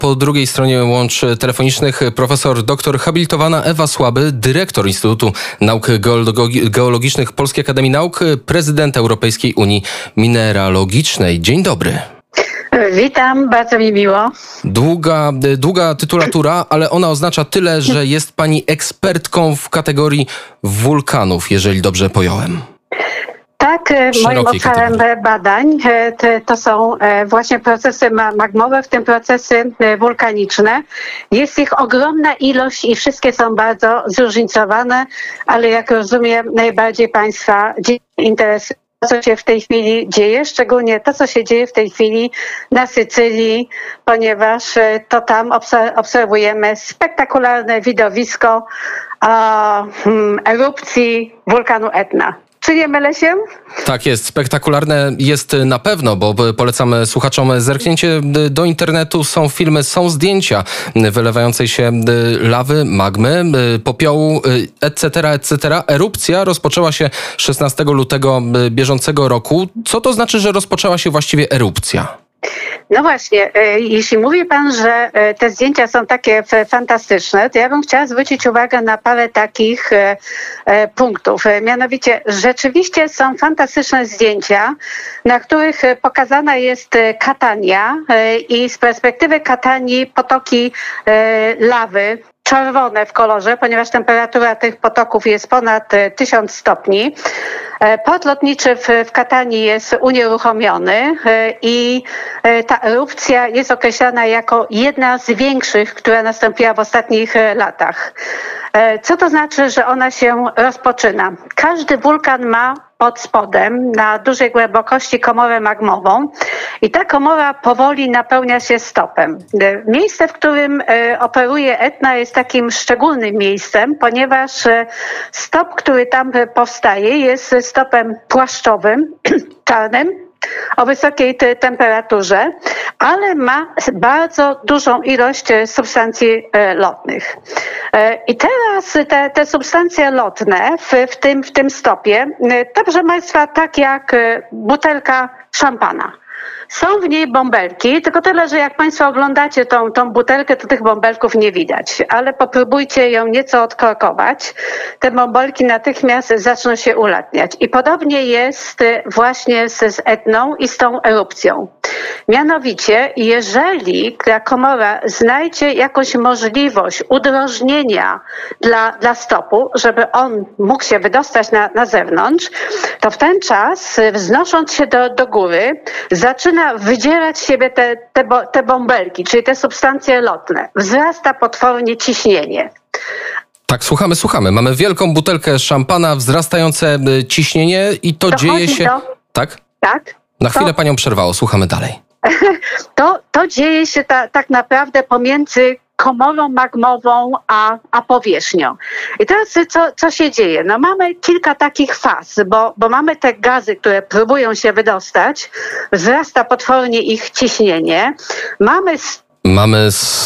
Po drugiej stronie łącz telefonicznych profesor doktor habilitowana Ewa Słaby, dyrektor Instytutu Nauk Geologicznych Polskiej Akademii Nauk, prezydent Europejskiej Unii Mineralogicznej. Dzień dobry. Witam, bardzo mi miło. Długa tytulatura, ale ona oznacza tyle, że jest pani ekspertką w kategorii wulkanów, jeżeli dobrze pojąłem. Tak, moim obszarem badań to są właśnie procesy magmowe, w tym procesy wulkaniczne. Jest ich ogromna ilość i wszystkie są bardzo zróżnicowane, ale jak rozumiem, najbardziej Państwa interesuje, co się w tej chwili dzieje, szczególnie to, co się dzieje w tej chwili na Sycylii, ponieważ to tam obserwujemy spektakularne widowisko erupcji wulkanu Etna. Czy nie mylę się? Tak jest, spektakularne jest na pewno, bo polecamy słuchaczom zerknięcie do internetu. Są filmy, są zdjęcia wylewającej się lawy, magmy, popiołu, etc., etc. Erupcja rozpoczęła się 16 lutego bieżącego roku. Co to znaczy, że rozpoczęła się właściwie erupcja? No właśnie, jeśli mówi Pan, że te zdjęcia są takie fantastyczne, to ja bym chciała zwrócić uwagę na parę takich punktów. Mianowicie rzeczywiście są fantastyczne zdjęcia, na których pokazana jest Katania i z perspektywy Katanii potoki lawy, czerwone w kolorze, ponieważ temperatura tych potoków jest ponad 1000 stopni. Port lotniczy w Katanii jest unieruchomiony i ta erupcja jest określana jako jedna z większych, która nastąpiła w ostatnich latach. Co to znaczy, że ona się rozpoczyna? Każdy wulkan ma pod spodem na dużej głębokości komorę magmową i ta komora powoli napełnia się stopem. Miejsce, w którym operuje Etna, jest takim szczególnym miejscem, ponieważ stop, który tam powstaje, jest stopem płaszczowym, czarnym, o wysokiej temperaturze, ale ma bardzo dużą ilość substancji lotnych. I teraz te substancje lotne w tym stopie, to proszę Państwa, tak jak butelka szampana. Są w niej bąbelki, tylko tyle, że jak Państwo oglądacie tą butelkę, to tych bąbelków nie widać, ale popróbujcie ją nieco odkorkować. Te bąbelki natychmiast zaczną się ulatniać. I podobnie jest właśnie z Etną i z tą erupcją. Mianowicie, jeżeli ta komora znajdzie jakąś możliwość udrożnienia dla stopu, żeby on mógł się wydostać na zewnątrz, to w ten czas, wznosząc się do góry, zaczyna wydzierać z siebie te bąbelki, czyli te substancje lotne. Wzrasta potwornie ciśnienie. Tak, słuchamy. Mamy wielką butelkę szampana, wzrastające ciśnienie i to dzieje się... Tak? Tak. Na chwilę Panią przerwało, słuchamy dalej. To dzieje się tak naprawdę pomiędzy komorą magmową a powierzchnią. I teraz co się dzieje? No mamy kilka takich faz, bo mamy te gazy, które próbują się wydostać, wzrasta potwornie ich ciśnienie. Mamy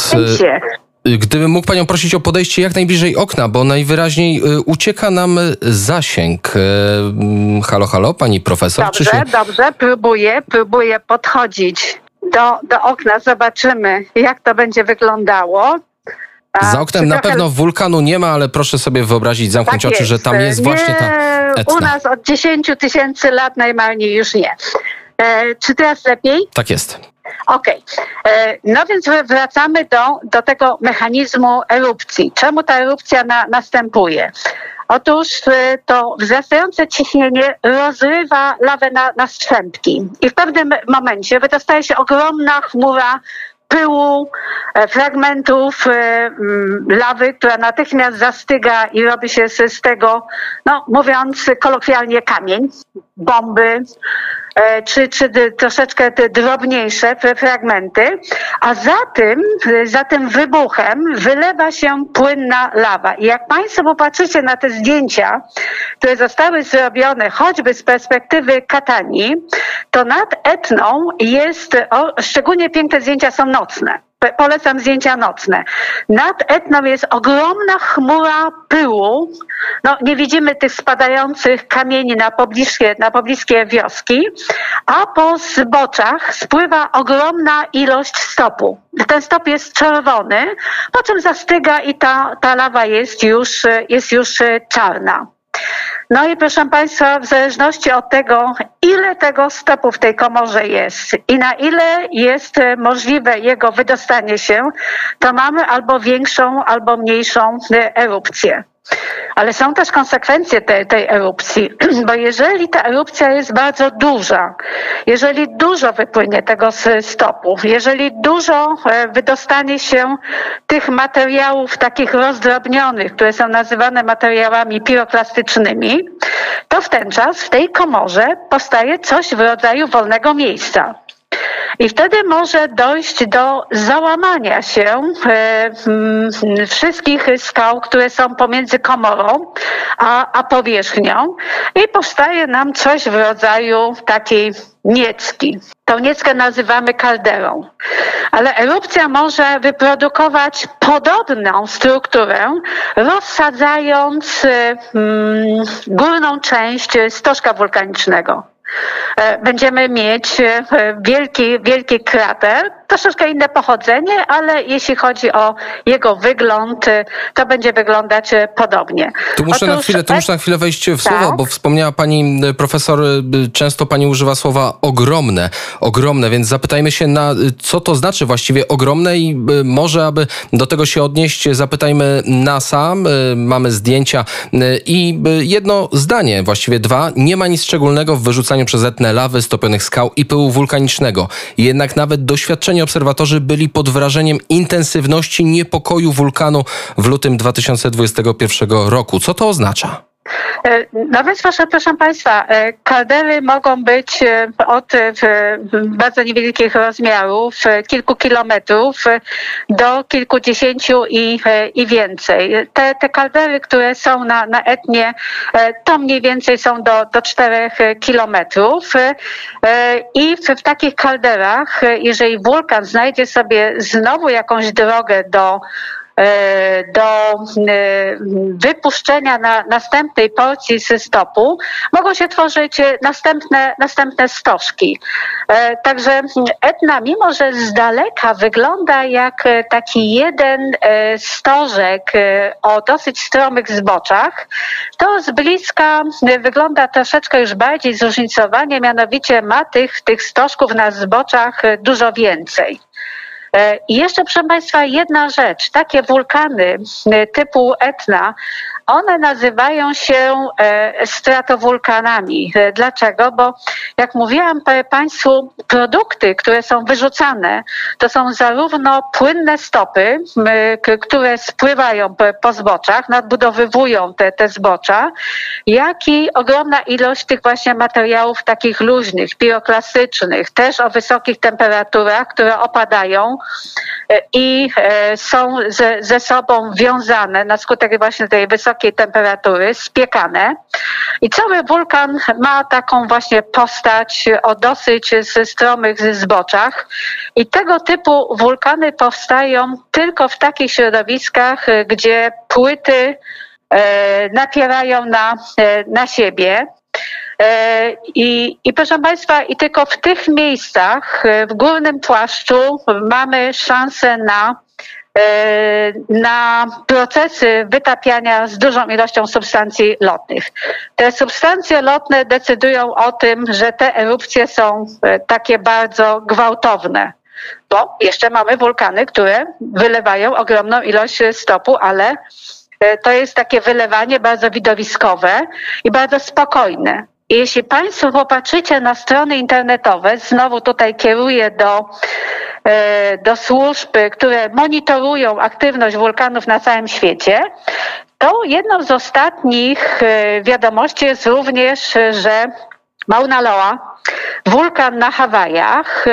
Gdybym mógł Panią prosić o podejście jak najbliżej okna, bo najwyraźniej ucieka nam zasięg. Halo, pani profesor? Dobrze, próbuję podchodzić do okna. Zobaczymy, jak to będzie wyglądało. Za oknem na pewno wulkanu nie ma, ale proszę sobie wyobrazić, zamknąć oczy, że tam jest właśnie ta Etna. U nas od 10 000 lat najmarniej już nie. Czy teraz lepiej? Tak jest. Okej. No więc wracamy do tego mechanizmu erupcji. Czemu ta erupcja następuje? Otóż to wzrastające ciśnienie rozrywa lawę na strzępki i w pewnym momencie wydostaje się ogromna chmura pyłu, fragmentów lawy, która natychmiast zastyga i robi się z tego, no mówiąc kolokwialnie, kamień, bomby, czy troszeczkę te drobniejsze fragmenty, a za tym wybuchem wylewa się płynna lawa. I jak Państwo popatrzycie na te zdjęcia, które zostały zrobione choćby z perspektywy Katanii, to nad Etną szczególnie piękne zdjęcia są nocne. Polecam zdjęcia nocne. Nad Etną jest ogromna chmura pyłu. No, nie widzimy tych spadających kamieni na pobliskie wioski, a po zboczach spływa ogromna ilość stopu. Ten stop jest czerwony, po czym zastyga i ta lawa jest już czarna. No i proszę Państwa, w zależności od tego, ile tego stopu w tej komorze jest i na ile jest możliwe jego wydostanie się, to mamy albo większą, albo mniejszą erupcję. Ale są też konsekwencje tej erupcji, bo jeżeli ta erupcja jest bardzo duża, jeżeli dużo wypłynie tego stopu, jeżeli dużo wydostanie się tych materiałów takich rozdrobnionych, które są nazywane materiałami piroklastycznymi, to w ten czas w tej komorze powstaje coś w rodzaju wolnego miejsca. I wtedy może dojść do załamania się wszystkich skał, które są pomiędzy komorą a powierzchnią i powstaje nam coś w rodzaju takiej niecki. Tą nieckę nazywamy kalderą. Ale erupcja może wyprodukować podobną strukturę, rozsadzając górną część stożka wulkanicznego. Będziemy mieć wielki krater, troszeczkę inne pochodzenie, ale jeśli chodzi o jego wygląd, to będzie wyglądać podobnie. Tu muszę na chwilę wejść w słowo, bo wspomniała pani profesor, często pani używa słowa ogromne, więc zapytajmy się, co to znaczy właściwie ogromne i może, aby do tego się odnieść, zapytajmy NASA, mamy zdjęcia i jedno zdanie, właściwie dwa, nie ma nic szczególnego w wyrzucaniu przez Etnę lawy, stopionych skał i pyłu wulkanicznego. Jednak nawet doświadczeni obserwatorzy byli pod wrażeniem intensywności niepokoju wulkanu w lutym 2021 roku. Co to oznacza? No więc proszę Państwa, kaldery mogą być od bardzo niewielkich rozmiarów, kilku kilometrów do kilkudziesięciu i więcej. Te kaldery, które są na Etnie, to mniej więcej są do 4 kilometrów i w takich kalderach, jeżeli wulkan znajdzie sobie znowu jakąś drogę do wypuszczenia następnej porcji stopu, mogą się tworzyć następne stożki. Także Etna, mimo że z daleka wygląda jak taki jeden stożek o dosyć stromych zboczach, to z bliska wygląda troszeczkę już bardziej zróżnicowanie, mianowicie ma tych stożków na zboczach dużo więcej. I jeszcze, proszę Państwa, jedna rzecz. Takie wulkany typu Etna, one nazywają się stratowulkanami. Dlaczego? Bo jak mówiłam Państwu, produkty, które są wyrzucane, to są zarówno płynne stopy, które spływają po zboczach, nadbudowywują te zbocza, jak i ogromna ilość tych właśnie materiałów takich luźnych, piroklastycznych, też o wysokich temperaturach, które opadają i są ze sobą wiązane na skutek właśnie tej wysokiej temperatury, spiekane. I cały wulkan ma taką właśnie postać o dosyć stromych zboczach. I tego typu wulkany powstają tylko w takich środowiskach, gdzie płyty napierają na siebie. I proszę Państwa, i tylko w tych miejscach, w górnym płaszczu mamy szansę na procesy wytapiania z dużą ilością substancji lotnych. Te substancje lotne decydują o tym, że te erupcje są takie bardzo gwałtowne. Bo jeszcze mamy wulkany, które wylewają ogromną ilość stopu, ale to jest takie wylewanie bardzo widowiskowe i bardzo spokojne. I jeśli Państwo popatrzycie na strony internetowe, znowu tutaj kieruję do służb, które monitorują aktywność wulkanów na całym świecie, to jedną z ostatnich wiadomości jest również, że Mauna Loa, wulkan na Hawajach,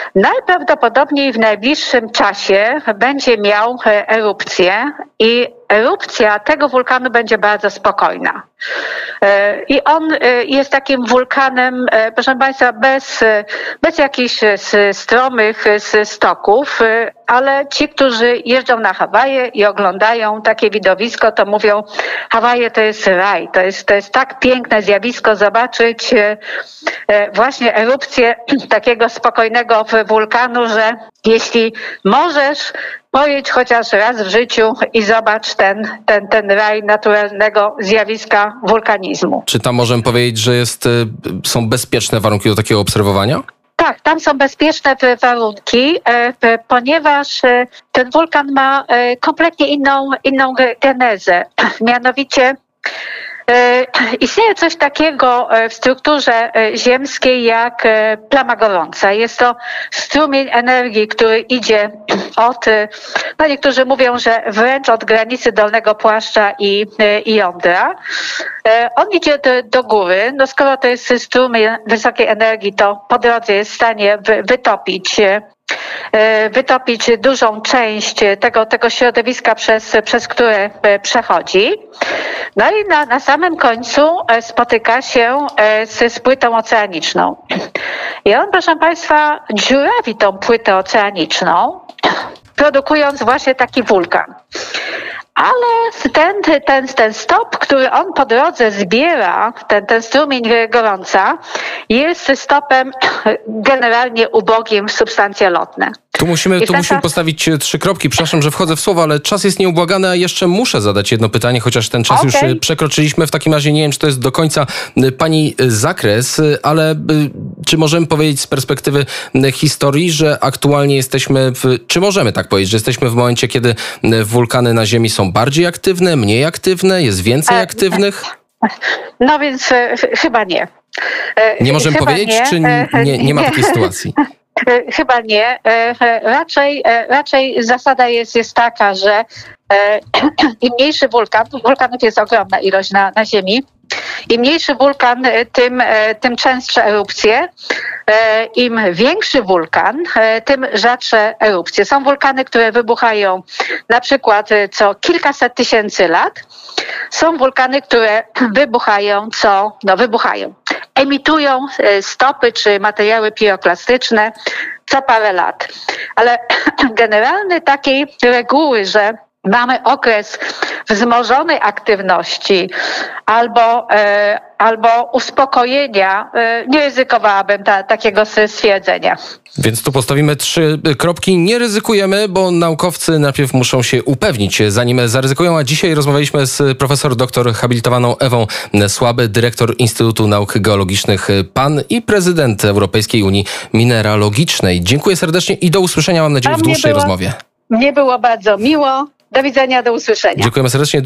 najprawdopodobniej w najbliższym czasie będzie miał erupcję i erupcja tego wulkanu będzie bardzo spokojna. I on jest takim wulkanem, proszę Państwa, bez jakichś stromych stoków, ale ci, którzy jeżdżą na Hawaje i oglądają takie widowisko, to mówią, Hawaje to jest raj, to jest tak piękne zjawisko zobaczyć właśnie erupcję takiego spokojnego wulkanu, że jeśli możesz, pojedź chociaż raz w życiu i zobacz ten raj naturalnego zjawiska wulkanizmu. Czy tam możemy powiedzieć, że są bezpieczne warunki do takiego obserwowania? Tak, tam są bezpieczne warunki, ponieważ ten wulkan ma kompletnie inną genezę. Mianowicie istnieje coś takiego w strukturze ziemskiej jak plama gorąca. Jest to strumień energii, który idzie no niektórzy mówią, że wręcz od granicy dolnego płaszcza i jądra. On idzie do góry. No skoro to jest strumień wysokiej energii, to po drodze jest w stanie wytopić dużą część tego środowiska, przez które przechodzi. No i na samym końcu spotyka się z płytą oceaniczną. I on, proszę Państwa, dziurawi tą płytę oceaniczną, produkując właśnie taki wulkan. Ale ten stop, który on po drodze zbiera, ten strumień gorąca, jest stopem generalnie ubogim w substancje lotne. Tu musimy postawić 3 kropki. Przepraszam, że wchodzę w słowo, ale czas jest nieubłagany, a jeszcze muszę zadać jedno pytanie, chociaż ten czas już przekroczyliśmy. W takim razie nie wiem, czy to jest do końca Pani zakres, ale czy możemy powiedzieć z perspektywy historii, że aktualnie jesteśmy czy możemy tak powiedzieć, że jesteśmy w momencie, kiedy wulkany na Ziemi są bardziej aktywne, mniej aktywne, jest więcej aktywnych? No więc chyba nie. Nie możemy powiedzieć, czy nie ma takiej sytuacji? Chyba nie. Raczej zasada jest taka, że im mniejszy wulkanów jest ogromna ilość na Ziemi, im mniejszy wulkan, tym częstsze erupcje. Im większy wulkan, tym rzadsze erupcje. Są wulkany, które wybuchają na przykład co kilkaset tysięcy lat. Są wulkany, które emitują stopy czy materiały piroklastyczne co parę lat. Ale generalnie takiej reguły, że mamy okres wzmożonej aktywności albo uspokojenia, nie ryzykowałabym takiego stwierdzenia. Więc tu postawimy 3 kropki. Nie ryzykujemy, bo naukowcy najpierw muszą się upewnić, zanim zaryzykują. A dzisiaj rozmawialiśmy z profesor doktor habilitowaną Ewą Słaby, dyrektor Instytutu Nauk Geologicznych PAN i prezydent Europejskiej Unii Mineralogicznej. Dziękuję serdecznie i do usłyszenia, mam nadzieję, w dłuższej rozmowie. Mnie było bardzo miło. Do widzenia, do usłyszenia. Dziękujemy serdecznie.